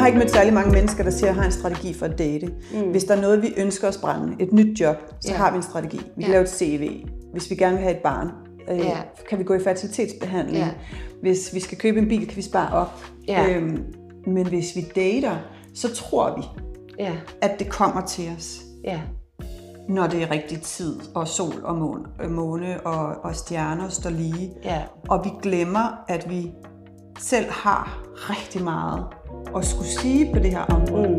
har ikke mødt særlig mange mennesker, der siger, at jeg har en strategi for at date. Hvis der er noget, vi ønsker os brænde, et nyt job, så har vi en strategi. Vi kan lave et CV. Hvis vi gerne vil have et barn, kan vi gå i fertilitetsbehandling. Hvis vi skal købe en bil, kan vi spare op. Men hvis vi dater, så tror vi, at det kommer til os. Når det er rigtig tid, og sol og måne og stjerner står lige. Og vi glemmer, at vi selv har rigtig meget at skulle sige på det her område.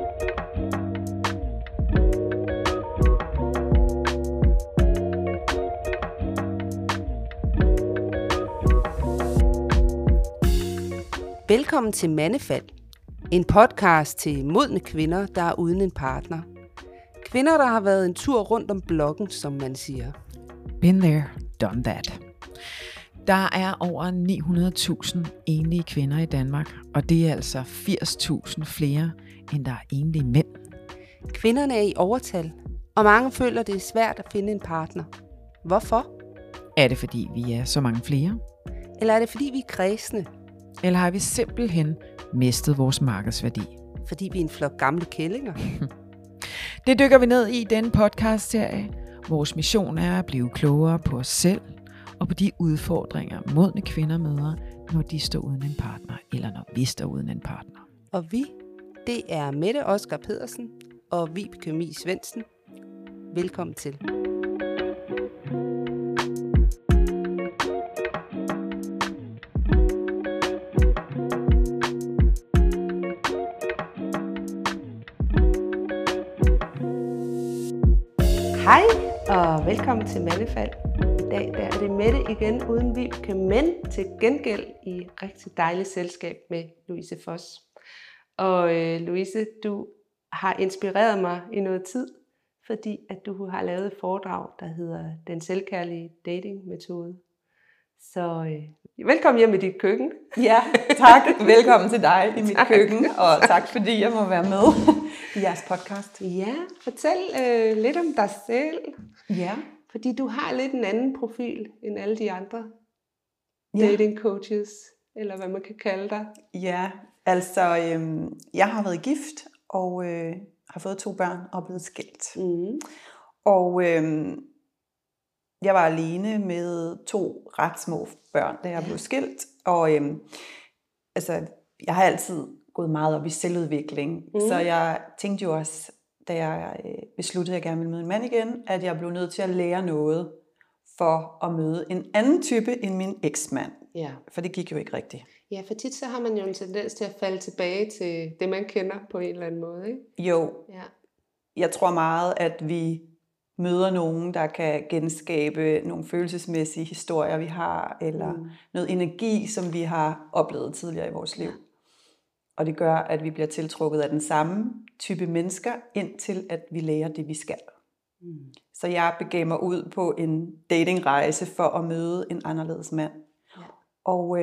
Velkommen til Mandefald, en podcast til modne kvinder, der er uden en partner. Kvinder, der har været en tur rundt om blokken, som man siger. Been there, done that. Der er over 900.000 enlige kvinder i Danmark, og det er altså 80.000 flere, end der er enlige mænd. Kvinderne er i overtal, og mange føler, det er svært at finde en partner. Hvorfor? Er det fordi, vi er så mange flere? Eller er det fordi, vi er kræsne? Eller har vi simpelthen mistet vores markedsværdi? Fordi vi er en flok gamle kællinger? Det dykker vi ned i denne podcast-serie. Vores mission er at blive klogere på os selv og på de udfordringer, modne kvinder møder, når de står uden en partner, eller når vi står uden en partner. Og vi, det er Mette Oscar Pedersen og Vibeke Mie Svendsen. Velkommen til. Hej og velkommen til Mandefald. I dag der er det Mette igen uden Vibeke, men til gengæld i rigtig dejligt selskab med Louise Foss. Og Louise, du har inspireret mig i noget tid, fordi at du har lavet et foredrag, der hedder Den selvkærlige datingmetode. Så velkommen hjem i dit køkken. Ja, tak. Velkommen til dig i mit køkken, og tak fordi jeg må være med i jeres podcast. Ja, fortæl lidt om dig selv. Ja. Fordi du har lidt en anden profil end alle de andre dating coaches, eller hvad man kan kalde dig. Ja, altså jeg har været gift og har fået 2 børn og blevet skilt. Og jeg var alene med 2 ret små børn, da jeg blev skilt. Og altså, jeg har altid gået meget op i selvudvikling. Så jeg tænkte jo også, da jeg besluttede, at jeg gerne ville møde en mand igen, at jeg blev nødt til at lære noget for at møde en anden type end min eksmand. Ja. For det gik jo ikke rigtigt. Ja, for tit så har man jo en tendens til at falde tilbage til det, man kender på en eller anden måde, ikke? Jo. Ja. Jeg tror meget, at vi møder nogen, der kan genskabe nogle følelsesmæssige historier, vi har, eller noget energi, som vi har oplevet tidligere i vores liv. Og det gør, at vi bliver tiltrukket af den samme type mennesker, indtil at vi lærer det, vi skal. Så jeg begav mig ud på en datingrejse for at møde en anderledes mand. Ja. Og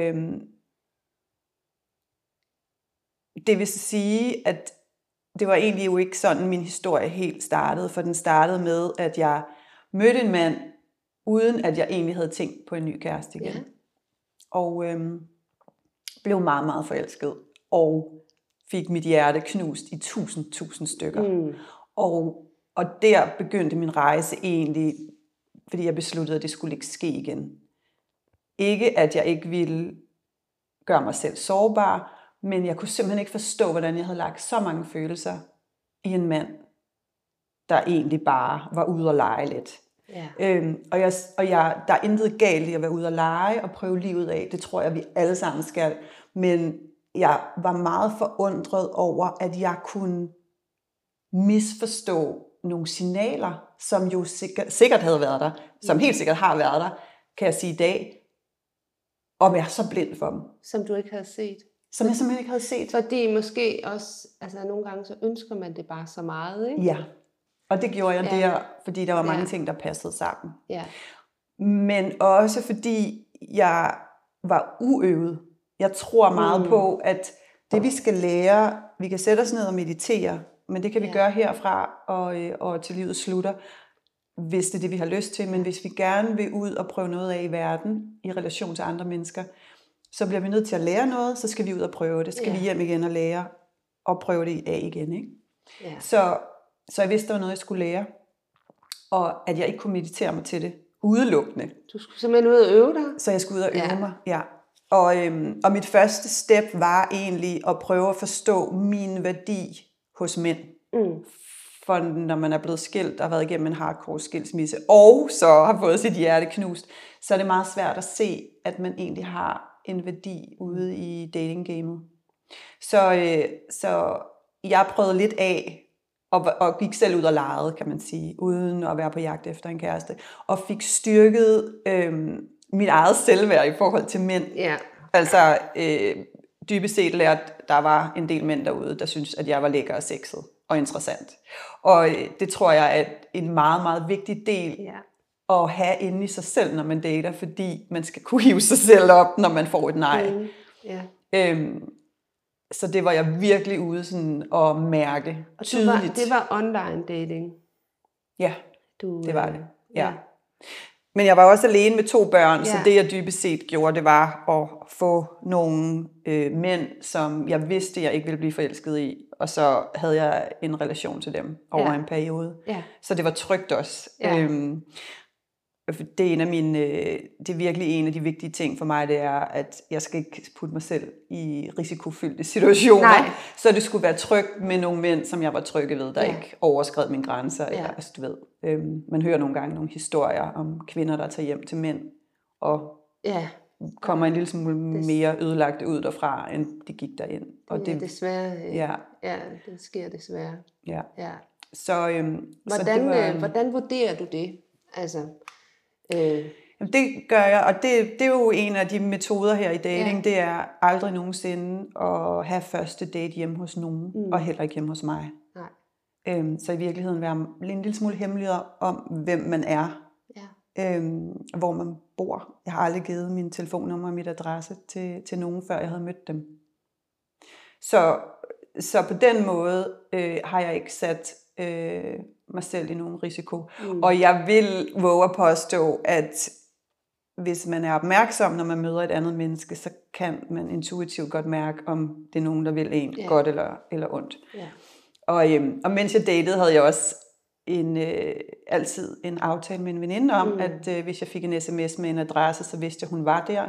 det vil sige, at det var egentlig jo ikke sådan, min historie helt startede, for den startede med, at jeg mødte en mand, uden at jeg egentlig havde tænkt på en ny kæreste igen. Ja. Og blev meget, meget forelsket, og fik mit hjerte knust i 1000 stykker. Og der begyndte min rejse egentlig, fordi jeg besluttede, at det skulle ikke ske igen. Ikke at jeg ikke ville gøre mig selv sårbar, men jeg kunne simpelthen ikke forstå, hvordan jeg havde lagt så mange følelser i en mand, der egentlig bare var ude og lege lidt. Ja. Der er intet galt i at være ude og lege og prøve livet af. Det tror jeg, vi alle sammen skal. Men jeg var meget forundret over, at jeg kunne misforstå nogle signaler, som jo sikkert havde været der, som helt sikkert har været der, kan jeg sige i dag, og være så blind for dem. Som du ikke havde set. Som jeg simpelthen ikke havde set. Fordi måske også, altså nogle gange så ønsker man det bare så meget, ikke? Ja, og det gjorde jeg der, fordi der var mange ting, der passede sammen. Ja. Men også fordi jeg var uøvet. Jeg tror meget på, at det vi skal lære, vi kan sætte os ned og meditere, men det kan vi gøre herfra og til livet slutter, hvis det er det, vi har lyst til. Men hvis vi gerne vil ud og prøve noget af i verden, i relation til andre mennesker, så bliver vi nødt til at lære noget, så skal vi ud og prøve det. Så skal vi hjem igen og lære og prøve det af igen. Ikke? Ja. Så jeg vidste, der var noget, jeg skulle lære, og at jeg ikke kunne meditere mig til det udelukkende. Du skulle simpelthen ud og øve dig? Så jeg skulle ud og øve mig, ja. Og mit første step var egentlig at prøve at forstå min værdi hos mænd. For når man er blevet skilt og har været igennem en hardcore skilsmisse, og så har fået sit hjerte knust, så er det meget svært at se, at man egentlig har en værdi ude i datinggamet. Så jeg prøvede lidt af, og gik selv ud og legede, kan man sige, uden at være på jagt efter en kæreste, og fik styrket mit eget selvværd i forhold til mænd. Ja. Altså dybest set lærte, der var en del mænd derude, der syntes, at jeg var lækker og sexet og interessant. Og det tror jeg er en meget, meget vigtig del at have inde i sig selv, når man dater, fordi man skal kunne hive sig selv op, når man får et nej. Så det var jeg virkelig ude sådan at mærke og tydeligt. Det var online dating? Ja, det var det. Ja. Men jeg var også alene med 2 børn, så det jeg dybest set gjorde, det var at få nogle mænd, som jeg vidste, jeg ikke ville blive forelsket i. Og så havde jeg en relation til dem over en periode. Ja. Så det var trygt også. Ja. Det er det er virkelig en af de vigtige ting for mig, det er, at jeg skal ikke putte mig selv i risikofyldte situationer. Nej. Så det skulle være trygt med nogle mænd, som jeg var trygge ved, der ikke overskred mine grænser. Eller, altså, du ved, man hører nogle gange nogle historier om kvinder, der tager hjem til mænd, og kommer en lille smule mere ødelagt ud derfra, end de gik derind. Og det desværre. Det sker desværre. Ja. Så, hvordan vurderer du det? Altså... Det gør jeg, og det er jo en af de metoder her i dating, det er aldrig nogensinde at have første date hjemme hos nogen, og heller ikke hjemme hos mig. Nej. Så i virkeligheden være en lille smule hemmelig om, hvem man er, hvor man bor. Jeg har aldrig givet min telefonnummer og mit adresse til nogen, før jeg havde mødt dem. Så på den måde har jeg ikke sat mig selv i nogen risiko. Og jeg vil våge at påstå, at hvis man er opmærksom, når man møder et andet menneske, så kan man intuitivt godt mærke, om det er nogen, der vil en godt eller ondt. Og mens jeg datede, havde jeg også altid en aftale med en veninde om, at hvis jeg fik en sms med en adresse, så vidste jeg, hun var der.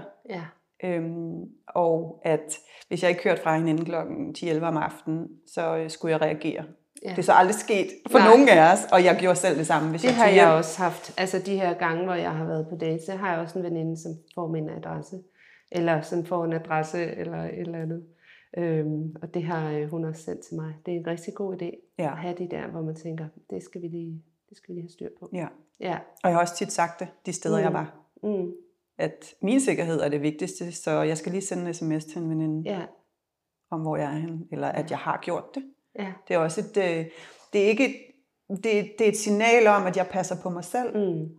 Og at hvis jeg ikke hørte fra hende inden klokken 10-11 om aftenen, så skulle jeg reagere. Det er så aldrig sket for nogen af os, og jeg gjorde selv det samme, hvis det har jeg også haft. Altså de her gange, hvor jeg har været på date, så har jeg også en veninde, som får min adresse, eller som får en adresse, eller et eller andet. Og det har hun også sendt til mig. Det er en rigtig god idé at have de der, hvor man tænker, det skal vi lige have styr på. Ja. Og jeg har også tit sagt det, de steder jeg var. At min sikkerhed er det vigtigste, så jeg skal lige sende en sms til en veninde, om hvor jeg er henne, eller at jeg har gjort det. Ja. Det er også det er et signal om, at jeg passer på mig selv,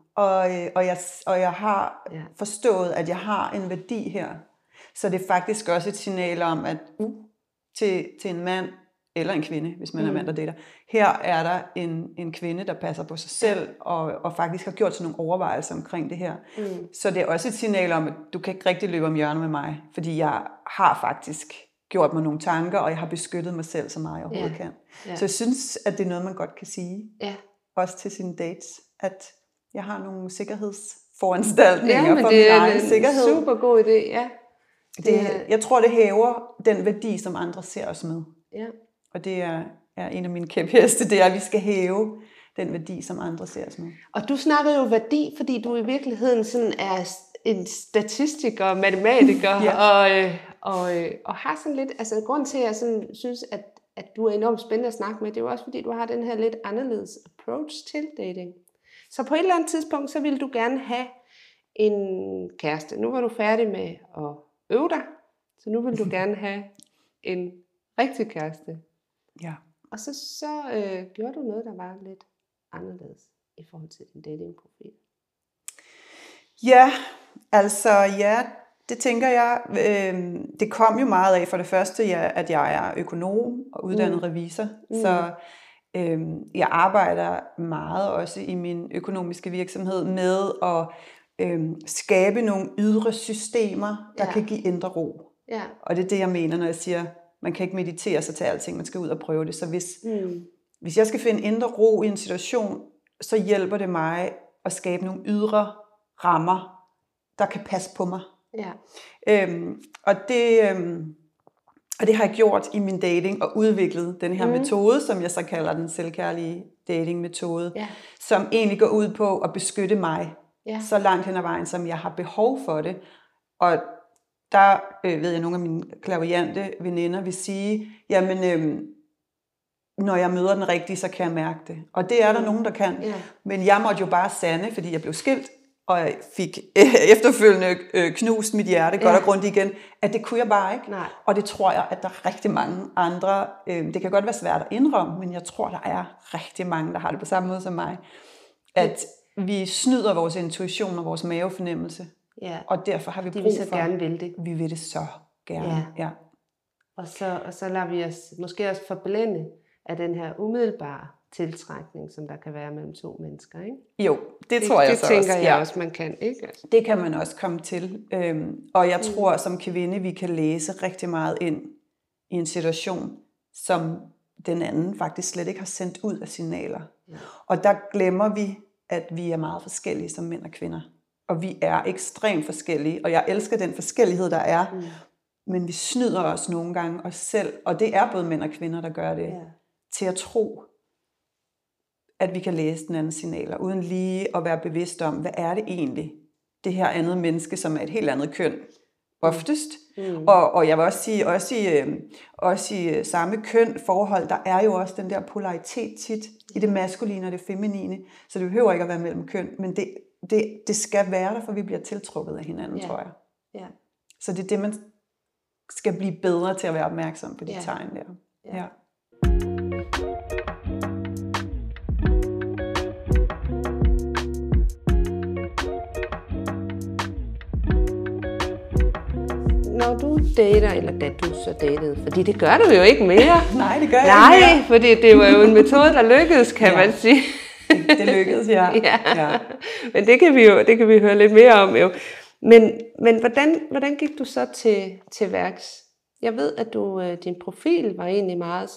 og jeg har forstået, at jeg har en værdi her. Så det er faktisk også et signal om, at til en mand eller en kvinde, hvis man er mand, der dater, her er der en kvinde, der passer på sig selv, og faktisk har gjort sådan nogle overvejelser omkring det her. Så det er også et signal om, at du kan ikke rigtig løbe om hjørnet med mig, fordi jeg har faktisk gjort mig nogle tanker, og jeg har beskyttet mig selv så meget jeg overhovedet kan. Så jeg synes, at det er noget, man godt kan sige, også til sine dates, at jeg har nogle sikkerhedsforanstaltninger for min egen sikkerhed. Det er en super god idé, jeg tror, det hæver den værdi, som andre ser os med. Og det er en af mine kæpheste, det er, at vi skal hæve den værdi, som andre ser os med. Og du snakker jo værdi, fordi du i virkeligheden sådan er en statistiker, matematiker, og har sådan lidt, altså grund til, at jeg sådan synes, at du er enormt spændende at snakke med, det er jo også fordi, du har den her lidt anderledes approach til dating. Så på et eller andet tidspunkt, så ville du gerne have en kæreste. Nu var du færdig med at øve dig, så nu vil du gerne have en rigtig kæreste. Ja. Og så gjorde du noget, der var lidt anderledes i forhold til din datingprofil. Ja, altså det tænker jeg. Det kom jo meget af for det første, at jeg er økonom og uddannet revisor. Så jeg arbejder meget også i min økonomiske virksomhed med at skabe nogle ydre systemer, der kan give indre ro. Og det er det, jeg mener, når jeg siger, Man kan ikke meditere sig til alting, man skal ud og prøve det. Så hvis jeg skal finde indre ro i en situation, så hjælper det mig at skabe nogle ydre rammer, der kan passe på mig. Ja. Og det har jeg gjort i min dating, og udviklet den her metode, som jeg så kalder den selvkærlige dating-metode, som egentlig går ud på at beskytte mig så langt hen ad vejen, som jeg har behov for det. Og der ved jeg, nogle af mine clairvoyante veninder vil sige, jamen, når jeg møder den rigtige, så kan jeg mærke det. Og det er der nogen, der kan. Men jeg måtte jo bare sande, fordi jeg blev skilt, og jeg fik efterfølgende knust mit hjerte godt og grundigt igen, at det kunne jeg bare ikke. Nej. Og det tror jeg, at der er rigtig mange andre, det kan godt være svært at indrømme, men jeg tror, der er rigtig mange, der har det på samme måde som mig, at vi snyder vores intuition og vores mavefornemmelse, og derfor har vi brug for... så gerne vil det. Vi vil det så gerne, ja. Og så lader vi os måske også forblænde af den her umiddelbare tiltrækning, som der kan være mellem to mennesker, ikke? Jo, det tror jeg så også. Det tænker jeg også, man kan, ikke? Altså. Det kan man også komme til. Og jeg tror, som kvinde, vi kan læse rigtig meget ind i en situation, som den anden faktisk slet ikke har sendt ud af signaler. Ja. Og der glemmer vi, at vi er meget forskellige som mænd og kvinder. Og vi er ekstremt forskellige, og jeg elsker den forskellighed, der er. Men vi snyder os nogle gange os selv, og det er både mænd og kvinder, der gør det, til at tro, at vi kan læse den anden signaler, uden lige at være bevidst om, hvad er det egentlig, det her andet menneske, som er et helt andet køn, oftest. Og jeg vil også sige, også i samme køn forhold, der er jo også den der polaritet tit i det maskuline og det feminine, så det behøver ikke at være mellem køn, men det skal være der, for vi bliver tiltrukket af hinanden, tror jeg. Ja. Så det er det, man skal blive bedre til at være opmærksom på de tegn der. Ja. Når du dater, eller da du så datede, fordi det gør du jo ikke mere. Nej, det gør jeg ikke mere. Nej, fordi det var jo en metode, der lykkedes, kan man sige. Det lykkedes, ja. Men det kan vi høre lidt mere om jo. Men hvordan gik du så til værks? Jeg ved, at din profil var egentlig meget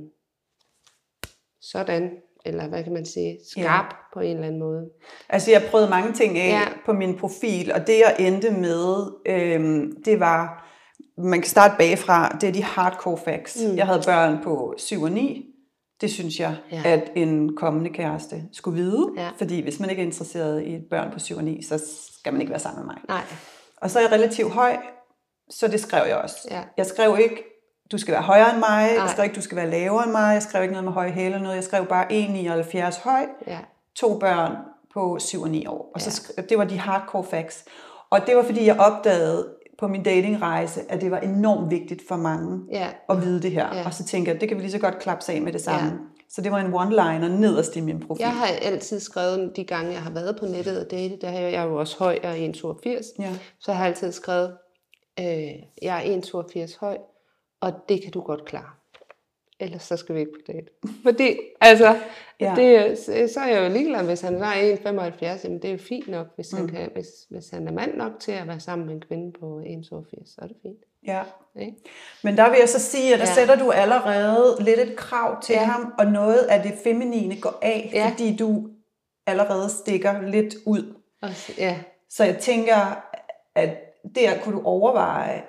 sådan, eller hvad kan man sige, skarp på en eller anden måde. Altså jeg prøvede mange ting af på min profil, og det jeg endte med, det var, man kan starte bagfra, det er de hardcore facts. Jeg havde børn på 7 og 9. Det synes jeg, at en kommende kæreste skulle vide. Fordi hvis man ikke er interesseret i et børn på 7 og 9, så skal man ikke være sammen med mig. Nej. Og så er jeg relativt høj, så det skrev jeg også. Jeg skrev ikke, du skal være højere end mig. Jeg skrev ikke, du skal være lavere end mig. Jeg skrev ikke noget med høje hæle eller noget. Jeg skrev bare 1,79 høj. 2 børn på 7 og 9 år. Og så det var de hardcore facts. Og det var fordi, jeg opdagede på min datingrejse, at det var enormt vigtigt for mange at vide det her. Og så tænkte jeg, det kan vi lige så godt klappe af med det samme. Så det var en one-liner nederst i min profil. Jeg har altid skrevet, de gange jeg har været på nettet og date, der har jeg jo også høj, jeg er 1,82. Så jeg har altid skrevet, jeg er 1,82 høj, og det kan du godt klare. Ellers så skal vi ikke på date. Fordi, altså, så er jeg jo ligeglad, hvis han er 1,75, jamen det er jo fint nok, hvis han kan, hvis han er mand nok til at være sammen med en kvinde på 1,82, så er det fint. Ja. Men der vil jeg så sige, at der sætter du allerede lidt et krav til ham, og noget af det feminine går af, fordi du allerede stikker lidt ud. Så jeg tænker, at der kunne du overveje,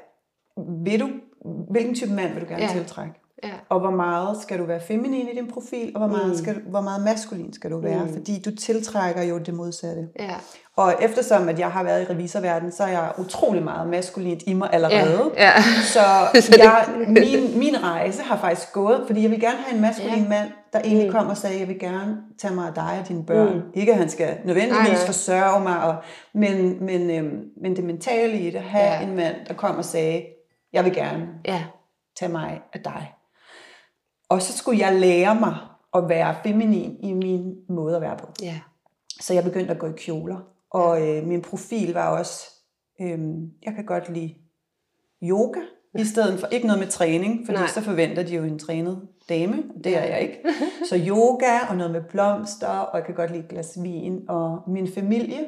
hvilken type mand vil du gerne tiltrække? Og hvor meget skal du være feminin i din profil, og hvor meget maskulin skal du være, fordi du tiltrækker jo det modsatte. Og eftersom at jeg har været i revisorverdenen, så er jeg utrolig meget maskulint i mig allerede. Så min rejse har faktisk gået, fordi jeg vil gerne have en maskulin mand, der egentlig kom og sagde, jeg vil gerne tage mig af dig og dine børn. Ikke at han skal nødvendigvis forsørge mig, men det mentale i det, have en mand, der kom og sagde, jeg vil gerne tage mig af dig. Og så skulle jeg lære mig at være feminin i min måde at være på. Så jeg begyndte at gå i kjoler. Og min profil var også, jeg kan godt lide yoga, i stedet for ikke noget med træning, fordi så forventer de jo en trænet dame, det er jeg ikke. Så yoga og noget med blomster, og jeg kan godt lide et glas vin, og min familie.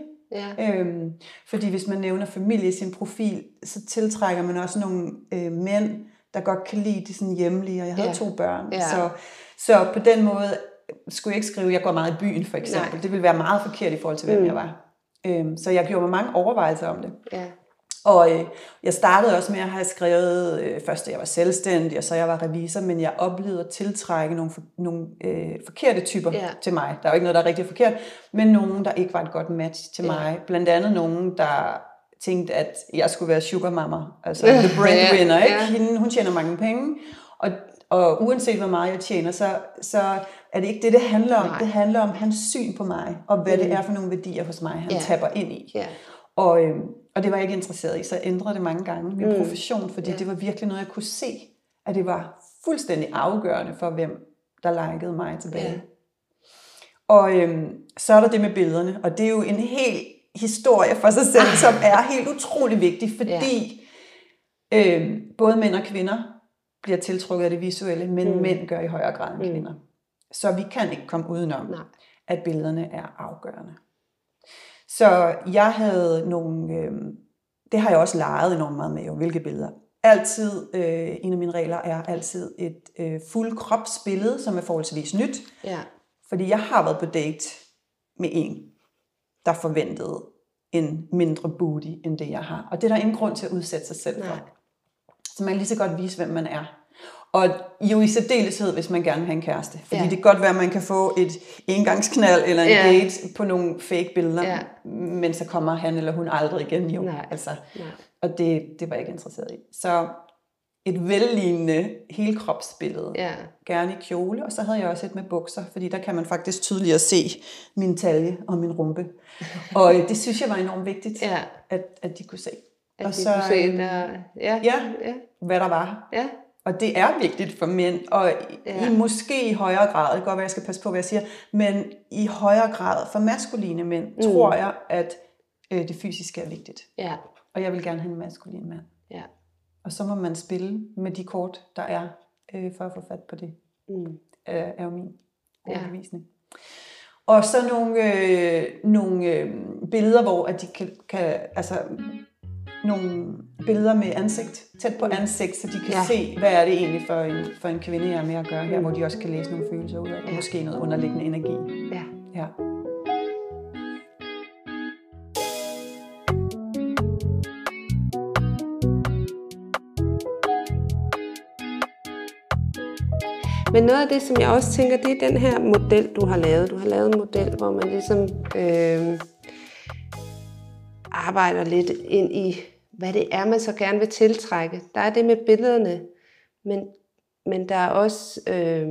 Fordi hvis man nævner familie i sin profil, så tiltrækker man også nogle mænd, der godt kan lide det sådan hjemlige, og jeg havde 2 børn. Ja. Så på den måde skulle jeg ikke skrive, jeg går meget i byen for eksempel. Nej. Det ville være meget forkert i forhold til, hvem jeg var. Så jeg gjorde mig mange overvejelser om det. Ja. Og jeg startede også med at have skrevet, først da jeg var selvstændig, og så jeg var revisor, men jeg oplevede at tiltrække nogle forkerte typer til mig. Der er jo ikke noget, der er rigtig forkert, men nogen, der ikke var et godt match til mig. Blandt andet nogen, der tænkte, at jeg skulle være sugar mama, altså the breadwinner, ikke? Hun tjener mange penge, og uanset hvor meget jeg tjener, så er det ikke det handler om. Det handler om hans syn på mig, og hvad det er for nogle værdier hos mig, han tapper ind i. Og det var jeg ikke interesseret i, så jeg ændrede det mange gange, min profession, fordi det var virkelig noget, jeg kunne se, at det var fuldstændig afgørende for, hvem der likede mig tilbage. Og så er der det med billederne, og det er jo en hel historie for sig selv, som er helt utrolig vigtig, fordi både mænd og kvinder bliver tiltrukket af det visuelle, men mænd gør i højere grad end kvinder. Så vi kan ikke komme udenom, at billederne er afgørende. Så jeg havde det har jeg også leget enormt meget med, hvilke billeder. Altid, en af mine regler er altid et fuld kropsbillede, som er forholdsvis nyt. Ja. Fordi jeg har været på date med en, der forventede en mindre booty, end det jeg har. Og det er der ingen grund til at udsætte sig selv for. Så man kan lige så godt vise, hvem man er. Og jo i særdeleshed, hvis man gerne vil have en kæreste. Fordi det kan godt være, at man kan få et engangsknald eller en date på nogle fake billeder, men så kommer han eller hun aldrig igen. Jo. Altså, og det var jeg ikke interesseret i. Så et vellignende helkropsbillede, gerne i kjole, og så havde jeg også et med bukser, fordi der kan man faktisk tydeligere se min talje og min rumpe. Og det synes jeg var enormt vigtigt, at de kunne se. At og de så, kunne se der, hvad der var. Ja. Og det er vigtigt for mænd, og i måske i højere grad, det kan godt være, jeg skal passe på, hvad jeg siger, men i højere grad for maskuline mænd, tror jeg, at det fysiske er vigtigt. Ja. Og jeg vil gerne have en maskulin mand. Ja. Og så må man spille med de kort, der er, for at få fat på det. Er jo min overbevisning. Og så nogle billeder, hvor at de kan altså nogle billeder med ansigt, tæt på ansigt, så de kan se, hvad er det egentlig for en kvinde, jeg er med at gøre her, hvor de også kan læse nogle følelser ud af, og måske noget underliggende energi. Ja. Men noget af det, som jeg også tænker, det er den her model, du har lavet. Du har lavet en model, hvor man ligesom arbejder lidt ind i, hvad det er, man så gerne vil tiltrække. Der er det med billederne, men der er også,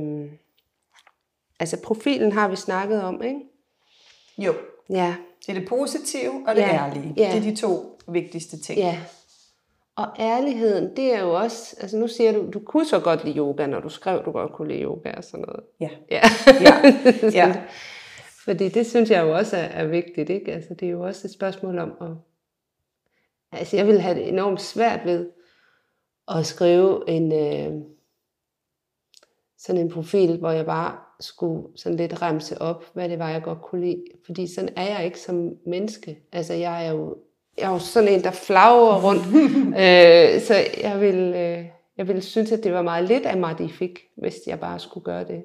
altså profilen har vi snakket om, ikke? Jo. Ja. Det er det positive og det ærlige. Ja. Det er de 2 vigtigste ting. Ja. Og ærligheden, det er jo også, altså nu siger du kunne så godt lide yoga, når du skrev, du godt kunne lide yoga og sådan noget. Ja. Fordi det synes jeg jo også er vigtigt, ikke? Altså det er jo også et spørgsmål om at, altså jeg ville have det enormt svært ved at skrive sådan en profil, hvor jeg bare skulle sådan lidt remse op, hvad det var, jeg godt kunne lide. Fordi sådan er jeg ikke som menneske. Altså jeg er jo sådan en, der flagrer rundt. Så jeg ville synes, at det var meget lidt af mig, de fik, hvis jeg bare skulle gøre det.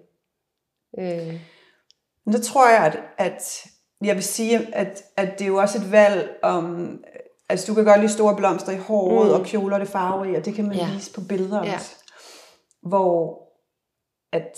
Men der tror jeg, at jeg vil sige, at det er jo også et valg om, altså du kan godt lide store blomster i håret, og kjoler det farverige, og det kan man vise på billeder også. Hvor at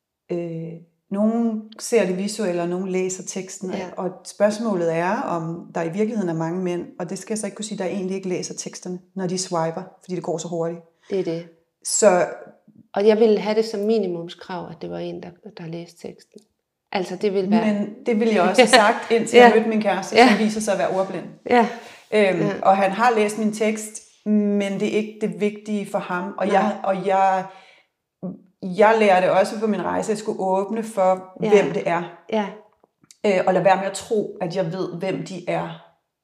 nogen ser det visuelle, og nogen læser teksten, og spørgsmålet er, om der i virkeligheden er mange mænd, og det skal jeg så ikke kunne sige, der egentlig ikke læser teksterne, når de swiper, fordi det går så hurtigt. Det er det. Så, og jeg ville have det som minimumskrav, at det var en, der læste teksten. Altså det ville være... Men det ville jeg også have sagt, indtil jeg mødte min kæreste, som viser sig at være ordblind. Ja. Og han har læst min tekst, men det er ikke det vigtige for ham. Og jeg lærte også på min rejse, at jeg skulle åbne for, hvem det er. Ja. Og lade være med at tro, at jeg ved, hvem de er.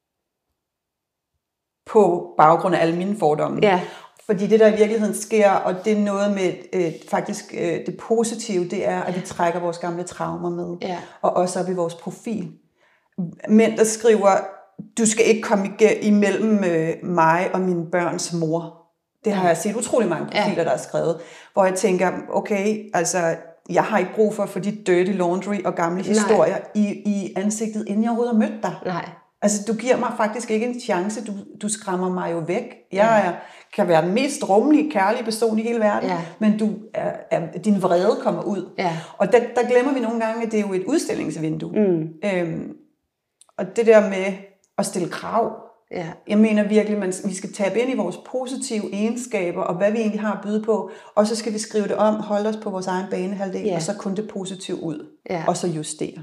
På baggrund af alle mine fordomme. Ja. Fordi det, der i virkeligheden sker, og det er noget med faktisk det positive, det er, at vi trækker vores gamle traumer med. Ja. Og også op i vores profil. Mænd, der skriver, du skal ikke komme imellem mig og mine børns mor. Det har jeg set utrolig mange profiler, der er skrevet, hvor jeg tænker, okay, altså, jeg har ikke brug for at få de dirty laundry og gamle historier i ansigtet, inden jeg overhovedet har mødt dig. Nej. Altså, du giver mig faktisk ikke en chance. Du skræmmer mig jo væk. Jeg kan være den mest rummelige, kærlige person i hele verden, men din vrede kommer ud. Ja. Og der glemmer vi nogle gange, at det er jo et udstillingsvindue. Og det der med at stille krav, jeg mener virkelig, vi skal tabe ind i vores positive egenskaber, og hvad vi egentlig har at byde på, og så skal vi skrive det om, holde os på vores egen banehalvdel, og så kun det positive ud, og så justere.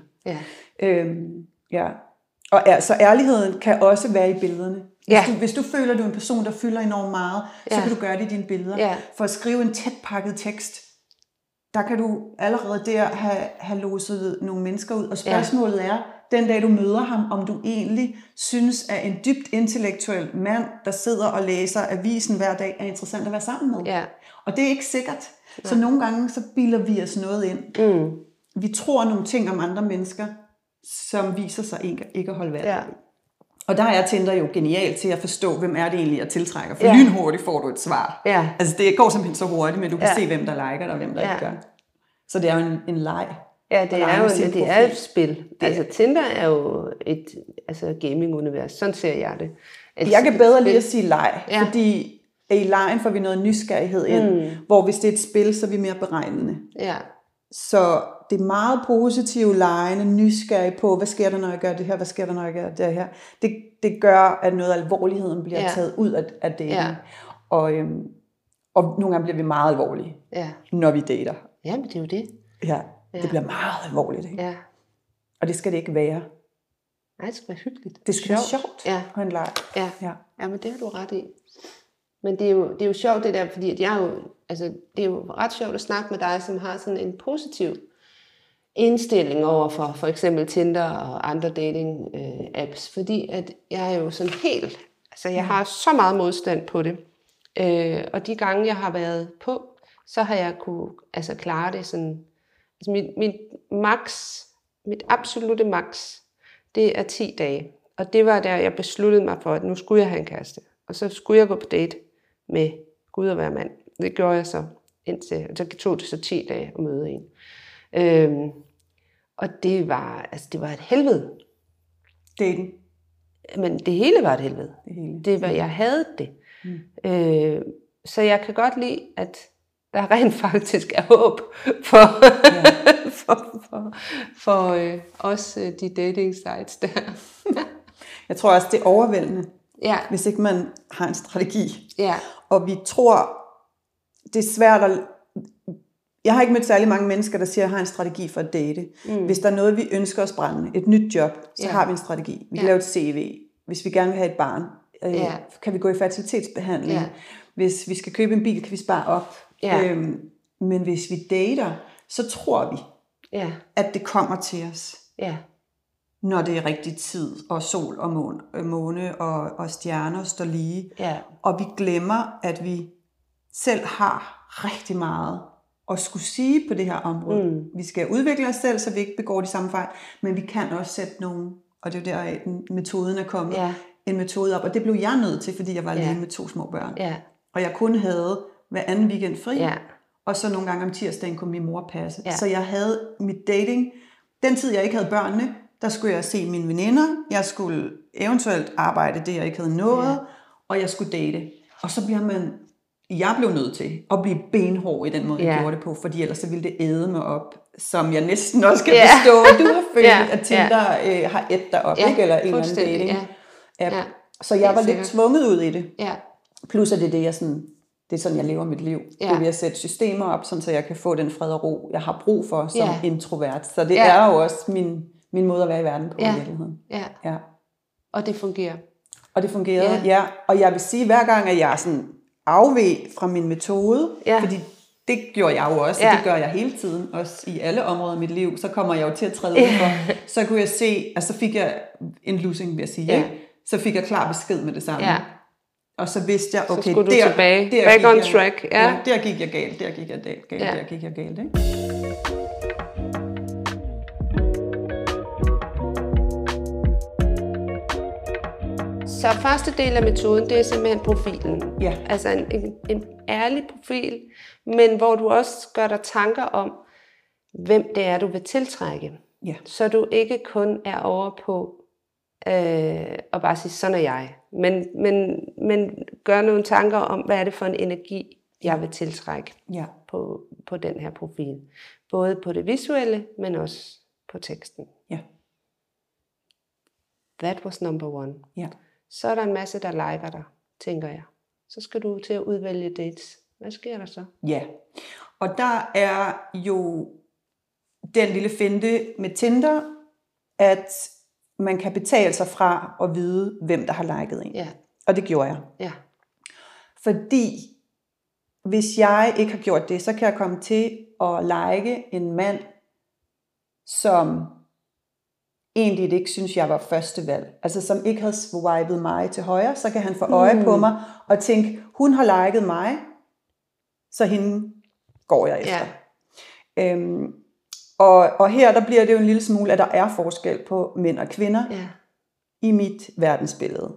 Og så ærligheden kan også være i billederne. Hvis du føler, at du er en person, der fylder enormt meget, så kan du gøre det i dine billeder. For at skrive en tæt pakket tekst, der kan du allerede der have loset nogle mennesker ud. Og spørgsmålet er, den dag du møder ham, om du egentlig synes, at en dybt intellektuel mand, der sidder og læser avisen hver dag, er interessant at være sammen med. Og det er ikke sikkert. Så nogle gange så bilder vi os noget ind. Vi tror nogle ting om andre mennesker, som viser sig ikke at holde vand. Og der er Tinder jo genialt til at forstå, hvem er det egentlig, jeg tiltrækker. For lynhurtigt får du et svar. Altså det går simpelthen så hurtigt, men du kan se, hvem der liker dig, og hvem der ikke gør. Så det er jo en leg. Ja, det er et spil. Altså Tinder er jo et gaming-univers. Sådan ser jeg det. Jeg kan bedre lige at sige leg, fordi i lejen får vi noget nysgerrighed ind, hvor hvis det er et spil, så er vi mere beregnende. Så det er meget positive legende, nysgerrige på, hvad sker der, når jeg gør det her, hvad sker der, når jeg gør det her. Det gør, at noget af alvorligheden bliver taget ud af dating. Og nogle gange bliver vi meget alvorlige, når vi dater. Jamen, det er jo det. Det bliver meget alvorligt, ikke? Og det skal det ikke være. Nej, det skal være hyggeligt. Det skal være sjovt og en leg. Ja, men det har du ret i. Men det er jo sjovt det der, fordi at det er jo ret sjovt at snakke med dig, som har sådan en positiv indstilling over for eksempel Tinder og andre dating apps, fordi at jeg er jo sådan helt, jeg har så meget modstand på det, og de gange jeg har været på, så har jeg kunne klare det sådan, mit absolutte max, det er 10 dage, og det var der jeg besluttede mig for, at nu skulle jeg have en kæreste, og så skulle jeg gå på date med Gud og hver mand. Det gjorde jeg så indtil, og så tog det så 10 dage at møde en. Og det var et helvede. Daten. Men det hele var et helvede. Jeg havde det. Så jeg kan godt lide, at der rent faktisk er håb for os, de dating sites der. Jeg tror også, det er overvældende, hvis ikke man har en strategi. Og vi tror, det er svært at... Jeg har ikke mødt særlig mange mennesker, der siger, at jeg har en strategi for at date. Hvis der er noget, vi ønsker os brændende, et nyt job, så har vi en strategi. Vi kan lave et CV. Hvis vi gerne vil have et barn, kan vi gå i fertilitetsbehandling. Hvis vi skal købe en bil, kan vi spare op. Men hvis vi dater, så tror vi, at det kommer til os. Når det er rigtig tid, og sol og måne og stjerner står lige. Og vi glemmer, at vi selv har rigtig meget at skulle sige på det her område. Vi skal udvikle os selv, så vi ikke begår de samme fejl, men vi kan også sætte nogle, og det er jo der metoden er kommet, en metode op, og det blev jeg nødt til, fordi jeg var alene med 2 små børn. Og jeg kun havde hver anden weekend fri, og så nogle gange om tirsdagen kunne min mor passe. Så jeg havde mit dating, den tid jeg ikke havde børnene, der skulle jeg se mine veninder, jeg skulle eventuelt arbejde det, jeg ikke havde nået, og jeg skulle date. Og så bliver jeg blev nødt til at blive benhård i den måde, jeg gjorde det på, fordi ellers så ville det æde mig op, som jeg næsten også kan forstå. Du har følt, at Tinder har ædt dig op, ikke? Eller en eller anden dating app. Så jeg var lidt tvunget ud i det. Plus at det er sådan, jeg lever mit liv. Det er ved at sætte systemer op, sådan, så jeg kan få den fred og ro, jeg har brug for som introvert. Så det er jo også min måde at være i verden på i virkeligheden. Og det fungerer. Og det fungerede, Og jeg vil sige, hver gang, at jeg er sådan afveg fra min metode, fordi det gjorde jeg jo også, og det gør jeg hele tiden, også i alle områder af mit liv, så kommer jeg jo til at træde udenfor. Så kunne jeg se, så fik jeg en losing, vil jeg sige, så fik jeg klar besked med det samme. Og så vidste jeg, okay, så skulle du tilbage, back on track. Der gik jeg galt, der gik jeg galt, ikke? Så første del af metoden, det er simpelthen profilen. Ja. Altså en ærlig profil, men hvor du også gør dig tanker om, hvem det er, du vil tiltrække. Ja. Så du ikke kun er over på og bare sige, sådan er jeg. Men gør nogle tanker om, hvad er det for en energi, jeg vil tiltrække på den her profil. Både på det visuelle, men også på teksten. Ja. That was number one. Ja. Så er der en masse, der liker dig, tænker jeg. Så skal du til at udvælge dates. Hvad sker der så? Ja, og der er jo den lille finte med Tinder, at man kan betale sig fra at vide, hvem der har liket en. Ja. Og det gjorde jeg. Ja. Fordi hvis jeg ikke har gjort det, så kan jeg komme til at like en mand, som egentlig ikke synes, jeg var første valg. Altså som ikke havde swipet mig til højre, så kan han få øje på mig og tænke, hun har liket mig, så hende går jeg efter. Ja. Og her der bliver det jo en lille smule, at der er forskel på mænd og kvinder i mit verdensbillede.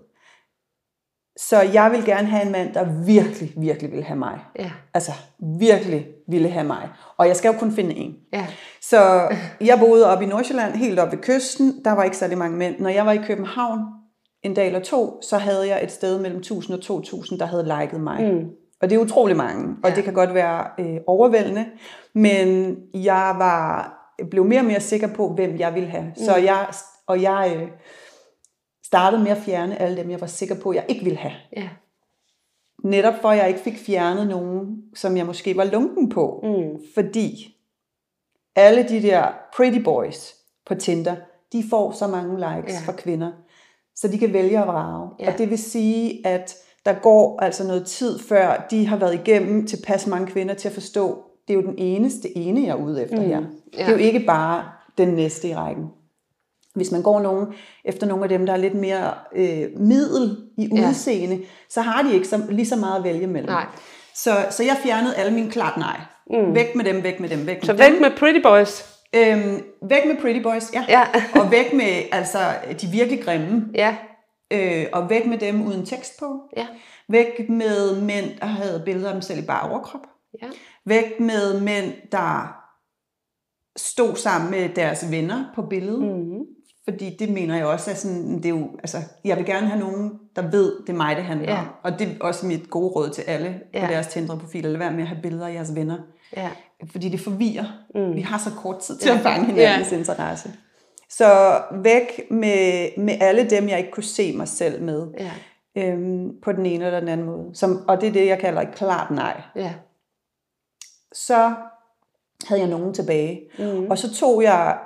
Så jeg vil gerne have en mand, der virkelig, virkelig vil have mig. Ja. Altså virkelig ville have mig. Og jeg skal jo kun finde en. Ja. Så jeg boede oppe i Nordsjælland, helt oppe ved kysten. Der var ikke særlig mange mænd. Når jeg var i København en dag eller to, så havde jeg et sted mellem 1000 og 2000, der havde liket mig. Mm. Og det er utrolig mange, og det kan godt være overvældende. Men jeg blev mere og mere sikker på, hvem jeg ville have. Så jeg startede med at fjerne alle dem, jeg var sikker på, jeg ikke ville have. Ja. Netop for, at jeg ikke fik fjernet nogen, som jeg måske var lunken på. Mm. Fordi alle de der pretty boys på Tinder, de får så mange likes fra kvinder, så de kan vælge at vrage. Ja. Og det vil sige, at der går altså noget tid, før de har været igennem tilpas mange kvinder til at forstå, det er jo den eneste jeg er ude efter her. Ja. Det er jo ikke bare den næste i rækken. Hvis man går efter nogle af dem, der er lidt mere middel i udseende, så har de ikke lige så meget at vælge mellem. Nej. Så jeg fjernede alle mine klart nej. Væk med dem, væk med dem, væk med dem. Så væk med pretty boys. Væk med pretty boys, ja. Og væk med altså de virkelig grimme. Ja. Og væk med dem uden tekst på. Ja. Væk med mænd, der havde billeder af dem selv i bare overkrop. Ja. Væk med mænd, der stod sammen med deres venner på billedet. Mm-hmm. Fordi det mener jeg også er sådan, det er jo, altså, jeg vil gerne have nogen, der ved, det er mig, det handler om. Og det er også mit gode råd til alle på deres Tinder-profiler. Lad være med at have billeder af jeres venner. Ja. Fordi det forvirrer. Vi har så kort tid til at fange hinandens interesse. Så væk med alle dem, jeg ikke kunne se mig selv med. Ja. På den ene eller den anden måde. Og det er det, jeg kalder et klart nej. Ja. Så havde jeg nogen tilbage. Mm. Og så tog jeg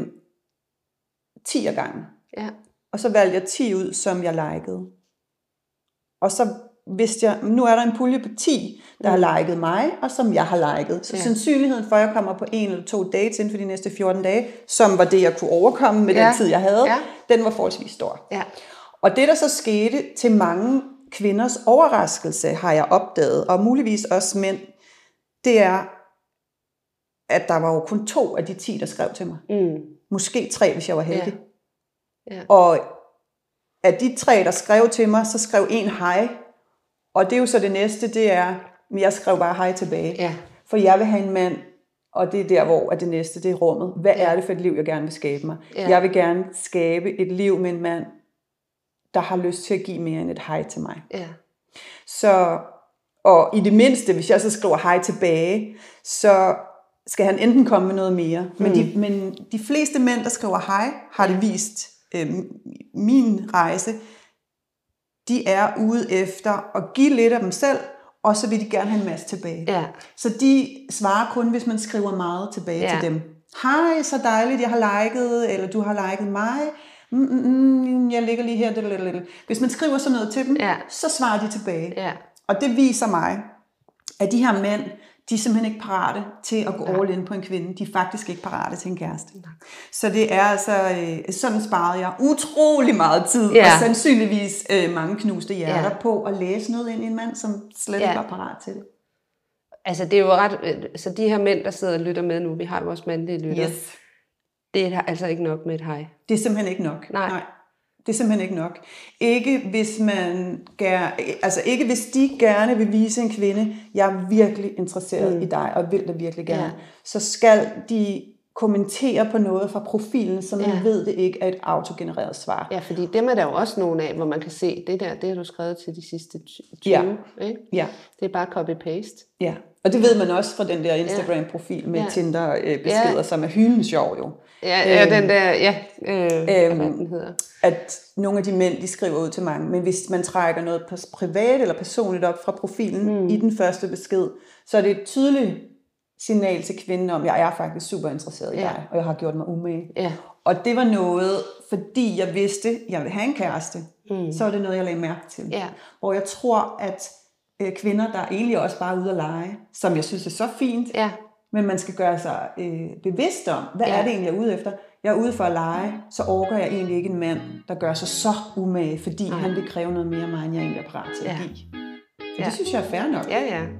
10 gange. Ja. Og så valgte jeg 10 ud, som jeg likede. Og så vidste jeg, nu er der en pulje på 10, der har liket mig, og som jeg har liket. Så sandsynligheden for, at jeg kommer på 1 eller 2 dates inden for de næste 14 dage, som var det, jeg kunne overkomme med den tid, jeg havde, den var forholdsvis stor. Ja. Og det, der så skete til mange kvinders overraskelse, har jeg opdaget, og muligvis også mænd, det er, at der var jo kun 2 af de 10, der skrev til mig. Mm. Måske 3, hvis jeg var heldig. Ja. Ja. Og af de 3, der skrev til mig, så skrev 1 hej. Og det er jo så det næste, det er, at jeg skrev bare hej tilbage. Ja. For jeg vil have en mand, og det er der, hvor det næste, det er rummet. Hvad er det for et liv, jeg gerne vil skabe mig? Ja. Jeg vil gerne skabe et liv med en mand, der har lyst til at give mere end et hej til mig. Ja. Så, og i det mindste, hvis jeg så skriver hej tilbage, så skal han enten komme med noget mere. Men de fleste mænd, der skriver hej, har det vist min rejse, de er ude efter at give lidt af dem selv, og så vil de gerne have en masse tilbage. Ja. Så de svarer kun, hvis man skriver meget tilbage til dem. Hej, så dejligt, jeg har liket, eller du har liket mig. Jeg ligger lige her. Hvis man skriver sådan noget til dem, så svarer de tilbage. Ja. Og det viser mig, at de her mænd, de er simpelthen ikke parate til at gå all in på en kvinde. De er faktisk ikke parate til en kæreste. Så det er altså, sådan sparede jeg utrolig meget tid, og sandsynligvis mange knuste hjerter på at læse noget ind i en mand, som slet ikke var parat til det. Altså det er jo ret, så de her mænd, der sidder og lytter med nu, vi har vores mandlige lytter, det er altså ikke nok med et hej. Det er simpelthen ikke nok. Nej. Det er simpelthen ikke nok. Ikke hvis de gerne vil vise en kvinde, jeg er virkelig interesseret i dig, og vil det virkelig gerne. Så skal de kommentere på noget fra profilen, så man ved det ikke er et autogenereret svar. Ja, fordi dem er der jo også nogle af, hvor man kan se, det har du skrevet til de sidste 20. Ikke? Ja. Det er bare copy-paste. Ja, og det ved man også fra den der Instagram-profil med Tinder-beskeder, som er hyldende sjov jo. Ja, den der, hvad den hedder. At nogle af de mænd, de skriver ud til mange, men hvis man trækker noget privat eller personligt op fra profilen i den første besked, så er det et tydeligt signal til kvinden om, jeg er faktisk super interesseret i dig, og jeg har gjort mig umage. Ja. Og det var noget, fordi jeg vidste, jeg vil have en kæreste, så var det noget, jeg lagde mærke til. Ja. Hvor jeg tror, at kvinder, der er egentlig også bare ude at lege, som jeg synes er så fint, men man skal gøre sig bevidst om, hvad er det egentlig, jeg er ude efter? Jeg er ude for at lege, så orker jeg egentlig ikke en mand, der gør sig så umage, fordi han vil kræve noget mere af mig, end jeg egentlig er parat til at give. Og det synes jeg er fair nok. Ja, ja.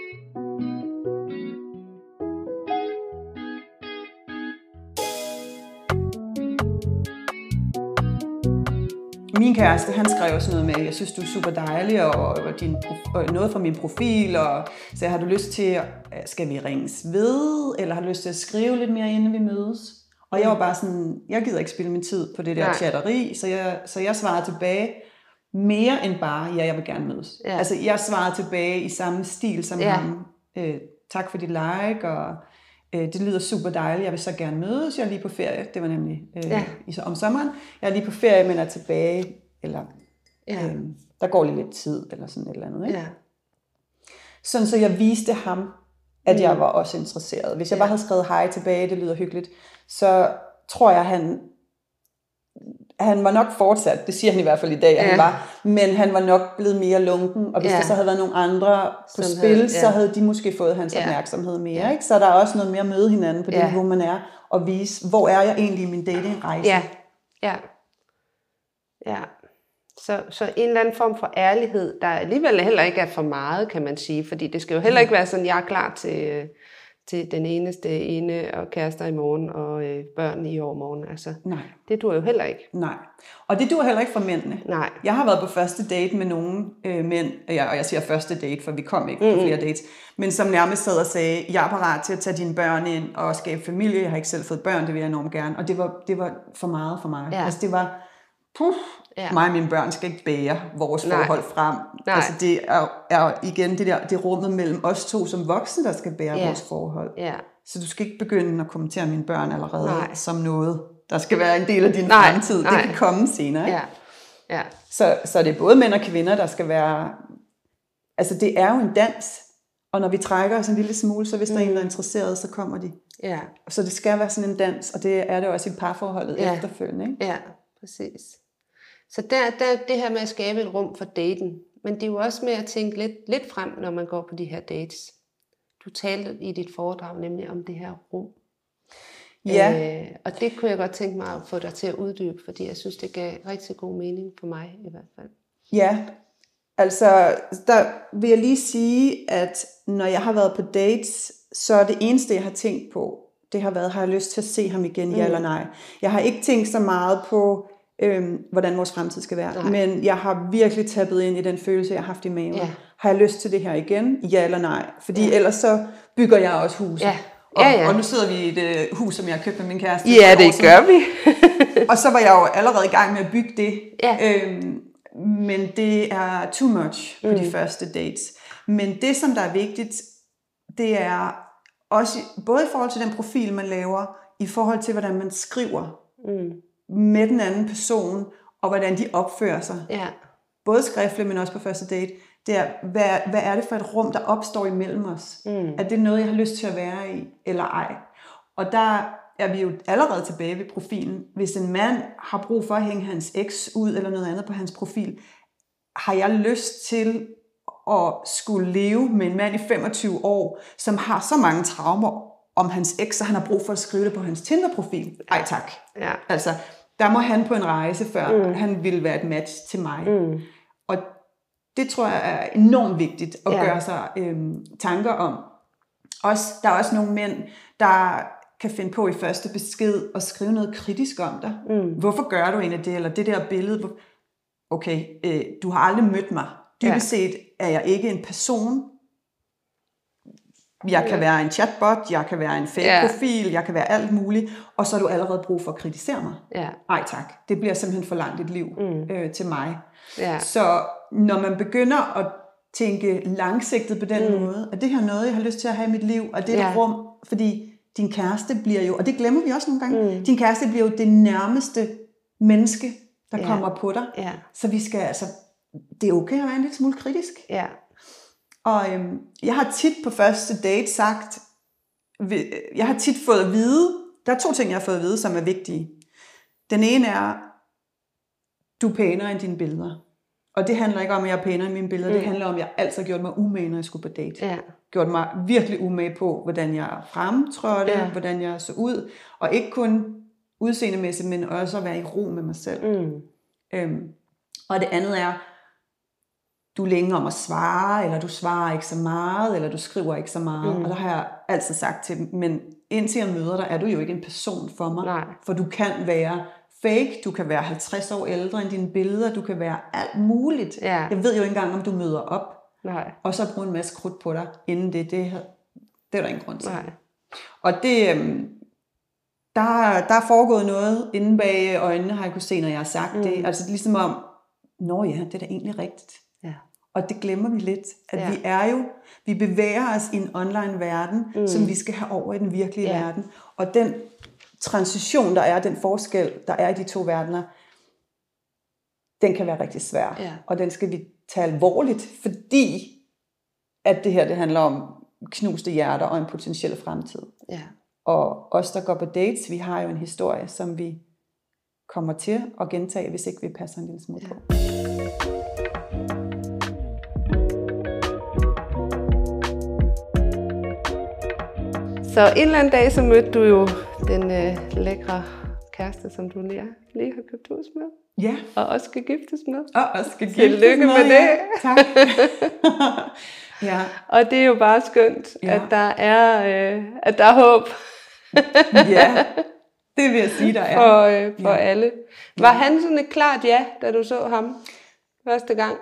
Min kæreste, han skrev sådan noget med, jeg synes, du er super dejlig, og noget fra min profil, og så har du lyst til, skal vi ringes ved, eller har du lyst til at skrive lidt mere, inden vi mødes? Og jeg var bare sådan, jeg gider ikke spilde min tid på det der chatteri, så jeg svarede tilbage mere end bare, ja, jeg vil gerne mødes. Ja. Altså, jeg svarede tilbage i samme stil som ham. Tak for dit like, og det lyder super dejligt, jeg vil så gerne mødes, jeg er lige på ferie, det var nemlig om sommeren, jeg er lige på ferie, men er tilbage, eller der går lige lidt tid, eller sådan et eller andet. Ikke? Ja. Sådan, så jeg viste ham, at jeg var også interesseret. Hvis jeg bare havde skrevet hej tilbage, det lyder hyggeligt, så tror jeg, han var nok fortsat, det siger han i hvert fald i dag, han var, men han var nok blevet mere lunken, og hvis der så havde været nogle andre på spil, så havde de måske fået hans opmærksomhed mere. Ikke? Så der er også noget mere at møde hinanden på det niveau, man er, og vise, hvor er jeg egentlig i min datingrejse. Ja. Så en eller anden form for ærlighed, der alligevel heller ikke er for meget, kan man sige, fordi det skal jo heller ikke være sådan, jeg er klar til den eneste ene og kærester i morgen og børn i overmorgen. Altså, nej. Det duer jo heller ikke. Nej. Og det duer heller ikke for mændene. Nej. Jeg har været på første date med nogle mænd, og jeg siger første date, for vi kom ikke på flere dates, men som nærmest sad og sagde, jeg er parat til at tage dine børn ind og skabe familie, jeg har ikke selv fået børn, det vil jeg enormt gerne. Og det var for meget for mig. Altså det var, mig og mine børn skal ikke bære vores forhold frem. Nej. Altså det er igen det rummet mellem os to som voksne, der skal bære vores forhold. Ja. Så du skal ikke begynde at kommentere mine børn allerede som noget, der skal være en del af din fremtid. Det kan komme senere. Ikke? Ja. Så det er både mænd og kvinder, der skal være... Altså det er jo en dans, og når vi trækker os en lille smule, så hvis der er en, der er interesseret, så kommer de. Ja. Så det skal være sådan en dans, og det er det også i parforholdet efterfølgende. Ikke? Ja, præcis. Så der er det her med at skabe et rum for daten, men det er jo også med at tænke lidt frem, når man går på de her dates. Du talte i dit foredrag nemlig om det her rum. Ja. Og det kunne jeg godt tænke mig at få dig til at uddybe, fordi jeg synes, det gav rigtig god mening for mig i hvert fald. Ja, altså der vil jeg lige sige, at når jeg har været på dates, så er det eneste, jeg har tænkt på, det har været, har jeg lyst til at se ham igen, ja eller nej. Jeg har ikke tænkt så meget på, hvordan vores fremtid skal være. Nej. Men jeg har virkelig tappet ind i den følelse, jeg har haft i maven. Ja. Har jeg lyst til det her igen? Ja eller nej? Fordi ellers så bygger jeg også huset. Ja. Og nu sidder vi i et hus, som jeg har købt med min kæreste. Ja, det gør vi. Og så var jeg jo allerede i gang med at bygge det. Ja. Men det er too much på de første dates. Men det, som der er vigtigt, det er også både i forhold til den profil, man laver, i forhold til, hvordan man skriver med den anden person, og hvordan de opfører sig. Ja. Både skriftligt, men også på første date. Det er, hvad er det for et rum, der opstår imellem os? Er det noget, jeg har lyst til at være i, eller ej? Og der er vi jo allerede tilbage ved profilen. Hvis en mand har brug for at hænge hans eks ud, eller noget andet på hans profil, har jeg lyst til at skulle leve med en mand i 25 år, som har så mange traumer om hans eks, og han har brug for at skrive det på hans Tinder-profil? Ej tak. Ja. Altså, der må han på en rejse, før han vil være et match til mig. Og det tror jeg er enormt vigtigt at gøre sig tanker om. Der er også nogle mænd, der kan finde på i første besked at skrive noget kritisk om dig. Hvorfor gør du egentlig det? Eller det der billede. Okay, du har aldrig mødt mig. Dybest set er jeg ikke en person. Jeg kan være en chatbot, jeg kan være en fake-profil, jeg kan være alt muligt. Og så har du allerede brug for at kritisere mig. Ej tak, det bliver simpelthen for langt et liv til mig. Så når man begynder at tænke langsigtet på den måde, at det her noget, jeg har lyst til at have i mit liv, og det er et rum, fordi din kæreste bliver jo, og det glemmer vi også nogle gange, din kæreste bliver jo det nærmeste menneske, der kommer på dig. Så vi skal altså, det er okay at være en lille smule kritisk. Og jeg har tit på første date sagt, jeg har tit fået at vide, der er 2 ting, jeg har fået at vide, som er vigtige. Den ene er, du er pænere end dine billeder. Og det handler ikke om, at jeg er pænere end mine billeder. Det handler om, at jeg altid har gjort mig umage, når jeg skulle på date. Gjort mig virkelig umage på, hvordan jeg fremtrådte, hvordan jeg så ud. Og ikke kun udseendemæssigt, men også at være i ro med mig selv. Og det andet er, du er længe om at svare, eller du svarer ikke så meget, eller du skriver ikke så meget. Og der har jeg altid sagt til dem, men indtil jeg møder dig, er du jo ikke en person for mig. Nej. For du kan være fake, du kan være 50 år ældre end dine billeder, du kan være alt muligt. Jeg ved jo ikke engang, om du møder op. Og så bruge en masse krudt på dig, inden det er der ingen grund til. Og det, der er foregået noget inde bag øjnene, har jeg kunne se, når jeg har sagt det. Altså ligesom om, det er da egentlig rigtigt. Og det glemmer vi lidt, at vi bevæger os i en online verden, som vi skal have over i den virkelige verden. Og den transition, der er, den forskel, der er i de 2 verdener, den kan være rigtig svær. Og den skal vi tage alvorligt, fordi at det her, det handler om knuste hjerter og en potentiel fremtid. Og os, der går på dates, vi har jo en historie, som vi kommer til at gentage, hvis ikke vi passer en lille smule på. Så en eller anden dag, så mødte du jo den lækre kæreste, som du lige har købt hus med. Ja. Og også skal giftes med. Tillykke med det. Tak. Og det er jo bare skønt, at der er håb. Det vil jeg sige, der er. For alle. Var han sådan et klart da du så ham første gang?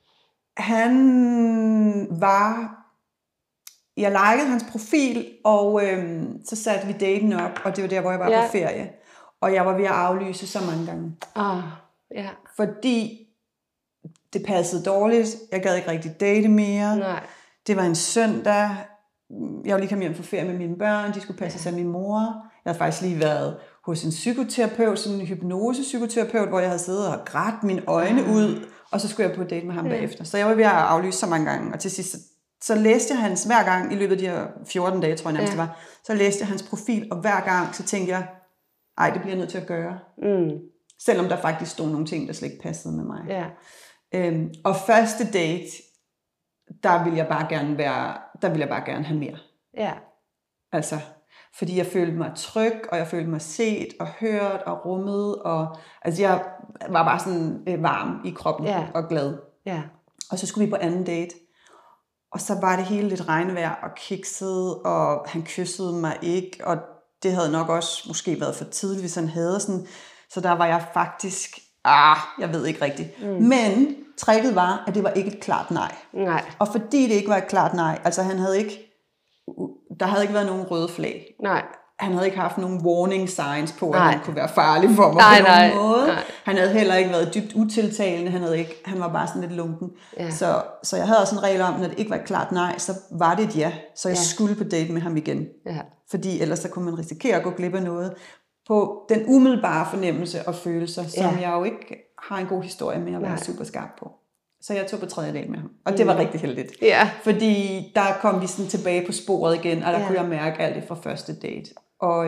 Han var... Jeg likede hans profil, og så satte vi daten op, og det var der, hvor jeg var på ferie. Og jeg var ved at aflyse så mange gange. Fordi det passede dårligt. Jeg gad ikke rigtig date mere. Det var en søndag. Jeg var lige kommet hjem fra ferie med mine børn. De skulle passe sig af min mor. Jeg havde faktisk lige været hos en psykoterapeut, sådan en hypnose-psykoterapeut, hvor jeg havde siddet og grædt mine øjne ud. Og så skulle jeg på date med ham bagefter. Så jeg var ved at aflyse så mange gange. Og til sidst så læste jeg hans, hver gang i løbet af de her 14 dage, tror jeg nærmest det var, så læste jeg hans profil, og hver gang så tænkte jeg, det bliver jeg nødt til at gøre. Selvom der faktisk stod nogle ting, der slet ikke passede med mig. Og første date, der ville jeg bare gerne have mere. Altså, fordi jeg følte mig tryg, og jeg følte mig set og hørt og rummet, og altså jeg var bare sådan varm i kroppen og glad. Og så skulle vi på anden date. Og så var det hele lidt regnvejr og kikset, og han kyssede mig ikke, og det havde nok også måske været for tidligt, hvis han havde sådan. Så der var jeg faktisk, jeg ved ikke rigtigt. Men tricket var, at det var ikke et klart nej. Og fordi det ikke var et klart nej, altså der havde ikke været nogen røde flag. Han havde ikke haft nogen warning signs på, at han kunne være farlig for mig på nogen måde. Han havde heller ikke været dybt utiltalende. Han var bare sådan lidt lunken. Så jeg havde også en regel om, at når det ikke var et klart nej, så var det et ja. Så jeg skulle på date med ham igen. Fordi ellers så kunne man risikere at gå glip af noget. På den umiddelbare fornemmelse og følelser, som jeg jo ikke har en god historie med at være super skarp på. Så jeg tog på 3. date med ham. Og det var rigtig heldigt. Fordi der kom vi sådan tilbage på sporet igen, og der kunne jeg mærke alt det fra første date. Og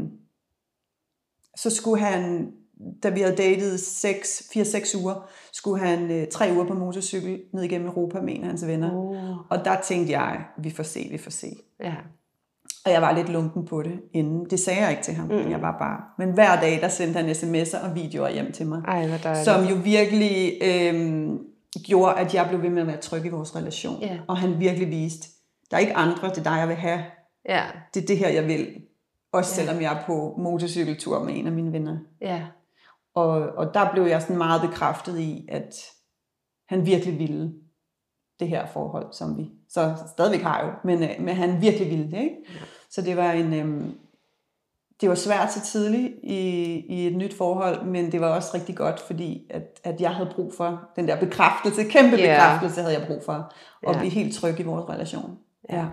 så skulle han, da vi havde datet 4-6 uger, skulle han 3 uger på motorcykel ned igennem Europa med en af hans venner. Og der tænkte jeg, vi får se. Og jeg var lidt lunken på det inden. Det sagde jeg ikke til ham, men jeg var bare... Men hver dag, der sendte han sms'er og videoer hjem til mig. Som jo virkelig gjorde, at jeg blev ved med at være tryg i vores relation. Og han virkelig viste, der er ikke andre, det er dig, jeg vil have. Det er det her, jeg vil. Også selvom jeg er på motorcykeltur med en af mine venner. Ja. Og der blev jeg sådan meget bekræftet i, at han virkelig ville det her forhold, som vi så stadigvæk har jo, men han virkelig ville det, ikke? Ja. Så det var det var svært så tidligt i et nyt forhold, men det var også rigtig godt, fordi at jeg havde brug for den der bekræftelse, kæmpe bekræftelse havde jeg brug for, at blive helt tryg i vores relation. Ja.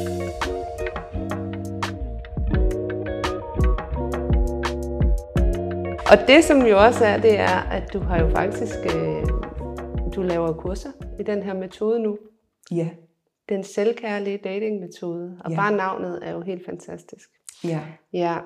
Og det som jo også er, det er, at du har jo faktisk, du laver kurser i den her metode nu. Ja. Den selvkærlige datingmetode, og bare navnet er jo helt fantastisk. Ja. Ja,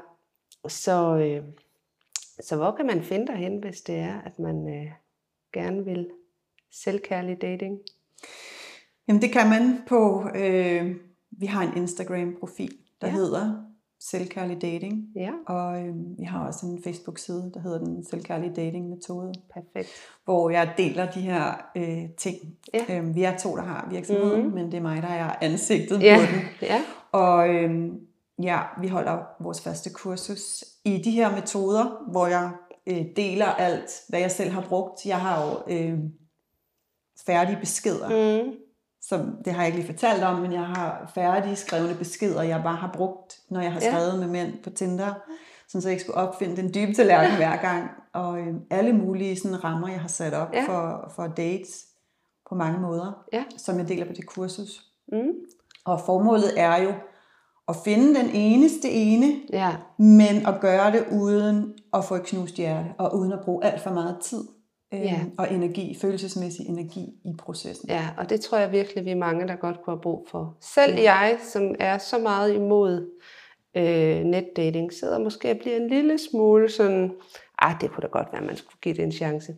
så hvor kan man finde dig hen, hvis det er, at man gerne vil selvkærlig dating? Jamen det kan man på, vi har en Instagram-profil, der hedder Selvkærlig Dating. Ja. Og vi har også en Facebook-side, der hedder den Selvkærlige Dating Metode. Perfekt. Hvor jeg deler de her ting. Ja. Vi er 2, der har virksomheden, men det er mig, der er ansigtet på den. Ja. Og vi holder vores første kursus i de her metoder, hvor jeg deler alt, hvad jeg selv har brugt. Jeg har jo færdige beskeder. Som, det har jeg ikke lige fortalt om, men jeg har færdige skrevne beskeder, jeg bare har brugt, når jeg har skrevet med mænd på Tinder, så jeg ikke skulle opfinde den dybe tallerken hver gang. Og alle mulige sådan, rammer, jeg har sat op for dates på mange måder, som jeg deler på det kursus. Og formålet er jo at finde den eneste ene, men at gøre det uden at få et knust hjerte, og uden at bruge alt for meget tid. Og energi, følelsesmæssig energi i processen. Ja, og det tror jeg virkelig, vi er mange, der godt kunne have brug for. Selv jeg, som er så meget imod netdating, sidder måske og bliver en lille smule sådan, det kunne da godt være, at man skulle give det en chance.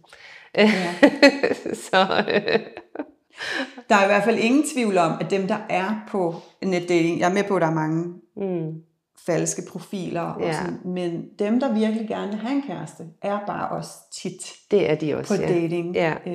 Der er i hvert fald ingen tvivl om, at dem, der er på netdating, jeg er med på, at der er mange falske profiler, og sådan, men dem, der virkelig gerne vil have en kæreste, er bare også tit det er de også, på dating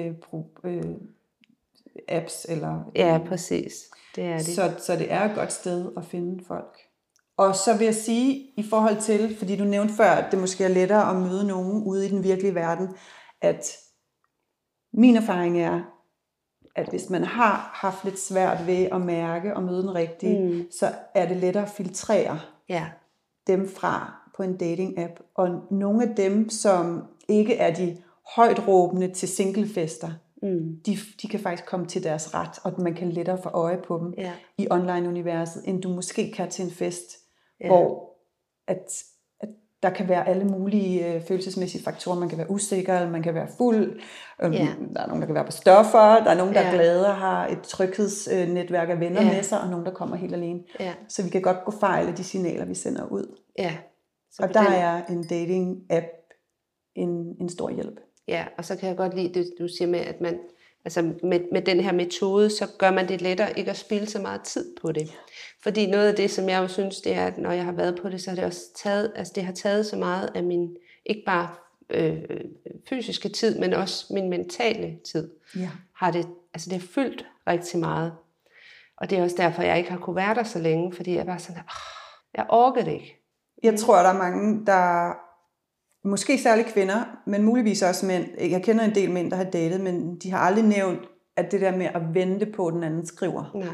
apps. Eller, præcis. Det er det. Så det er et godt sted at finde folk. Og så vil jeg sige, i forhold til, fordi du nævnte før, at det måske er lettere at møde nogen ude i den virkelige verden, at min erfaring er, at hvis man har haft lidt svært ved at mærke og møde den rigtige, så er det lettere at filtrere dem fra på en dating-app. Og nogle af dem, som ikke er de højt råbende til singlefester, de kan faktisk komme til deres ret, og man kan lettere få øje på dem i online-universet, end du måske kan til en fest, hvor at der kan være alle mulige følelsesmæssige faktorer. Man kan være usikker, eller man kan være fuld. Der er nogen, der kan være på stoffer. Der er nogen, der er glade og har et tryghedsnetværk af venner med sig, og nogen, der kommer helt alene. Så vi kan godt gå fejl af de signaler, vi sender ud. Og der er en dating-app en stor hjælp. Ja, og så kan jeg godt lide det, du siger med, at man, altså med den her metode, så gør man det lettere ikke at spilde så meget tid på det. Fordi noget af det, som jeg jo synes, det er, at når jeg har været på det, så har det også taget, det har taget så meget af min, ikke bare fysiske tid, men også min mentale tid. Har det, det har fyldt rigtig meget. Og det er også derfor, jeg ikke har kunne være der så længe, fordi jeg var sådan, jeg orker det ikke. Jeg tror, der er mange, der måske særligt kvinder, men muligvis også mænd. Jeg kender en del mænd, der har datet, men de har aldrig nævnt, at det der med at vente på, at den anden skriver. Nej.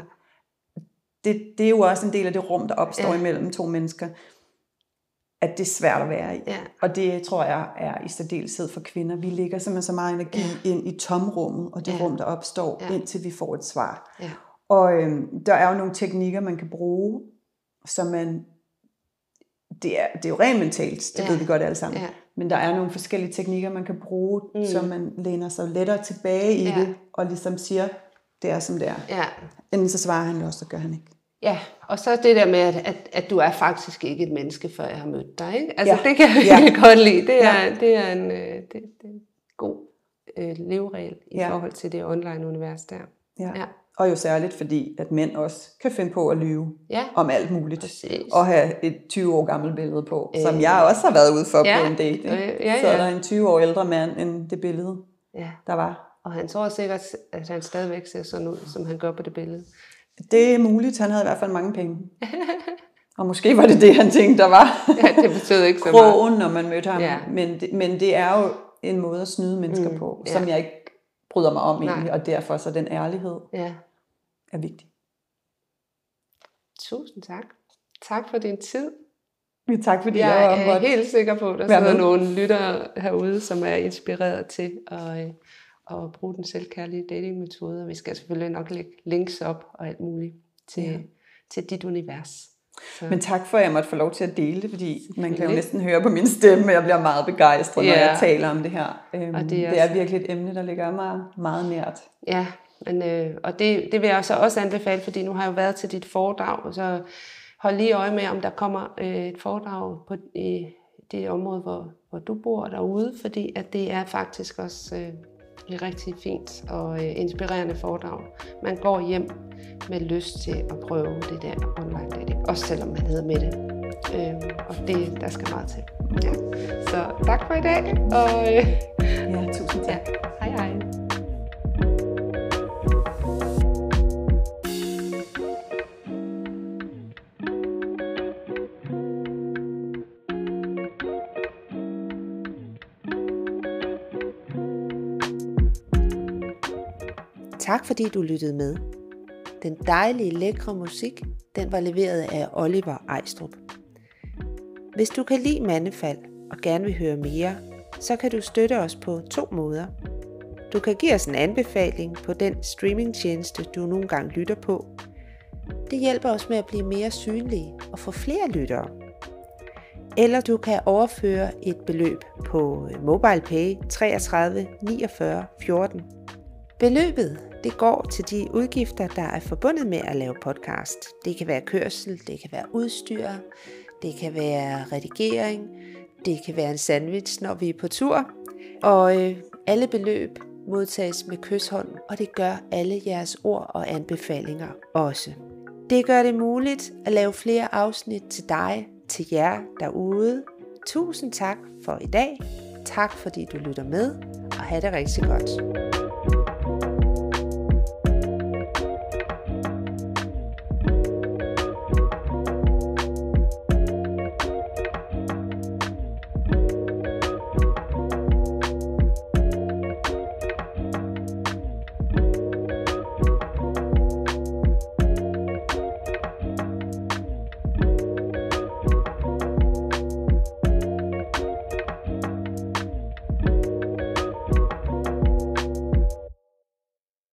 Det er jo også en del af det rum, der opstår imellem to mennesker, at det er svært at være i. Og det tror jeg er i særdeleshed for kvinder. Vi lægger simpelthen så meget energi ind i tomrummet, og det rum, der opstår, indtil vi får et svar. Og der er jo nogle teknikker, man kan bruge, som man... Det er jo rent mentalt, det ved vi godt alle sammen. Men der er nogle forskellige teknikker, man kan bruge, så man læner sig lettere tilbage i det, og ligesom siger, det er som det er. Enten så svarer han, eller også så gør han ikke. Ja, og så det der med, at du er faktisk ikke et menneske, før jeg har mødt dig. Ikke? Altså, det kan jeg virkelig godt lide. Det er en god leveregel i forhold til det online-univers der. Og jo særligt, fordi at mænd også kan finde på at lyve om alt muligt. Præcis. Og have et 20 år gammelt billede på, som jeg også har været ude for på en date. Så er der en 20 år ældre mand end det billede, der var. Og han tror sikkert, at han stadigvæk ser sådan ud, som han gør på det billede. Det er muligt. Han havde i hvert fald mange penge. Og måske var det, han tænkte, der var Ja, det betød ikke så meget. krogen, når man mødte ham. Ja. Men det er jo en måde at snyde mennesker på, som jeg ikke bryder mig om egentlig, og derfor så den ærlighed er vigtig. Tusind tak. Tak for din tid. Ja, tak fordi jeg er helt sikker på, at der sidder nogle lyttere herude, som er inspireret til at bruge den selvkærlige datingmetode. Og vi skal selvfølgelig nok lægge links op og alt muligt til dit univers. Så. Men tak for, at jeg måtte få lov til at dele det, fordi man kan jo næsten høre på min stemme, at jeg bliver meget begejstret, når jeg taler om det her. Og det er virkelig et emne, der ligger mig meget nært. Ja, og det vil jeg også anbefale, fordi nu har jeg jo været til dit foredrag, så hold lige øje med, om der kommer et foredrag på det område, hvor du bor derude, fordi at det er faktisk også et rigtig fint og inspirerende foredrag. Man går hjem med lyst til at prøve det der online dating, også selvom man hedder Mette. Og det, der skal meget til. Ja. Så tak for i dag. Og, ja, tusind tak. Ja, hej. Tak fordi du lyttede med. Den dejlige, lækre musik, den var leveret af Oliver Ejstrup. Hvis du kan lide Mandefald og gerne vil høre mere, så kan du støtte os på 2 måder. Du kan give os en anbefaling på den streamingtjeneste, du nogle gange lytter på. Det hjælper os med at blive mere synlige og få flere lyttere. Eller du kan overføre et beløb på MobilePay 33 49 14. Beløbet det går til de udgifter, der er forbundet med at lave podcast. Det kan være kørsel, det kan være udstyr, det kan være redigering, det kan være en sandwich, når vi er på tur. Og alle beløb modtages med kyshånd, og det gør alle jeres ord og anbefalinger også. Det gør det muligt at lave flere afsnit til dig, til jer derude. Tusind tak for i dag. Tak fordi du lytter med, og have det rigtig godt.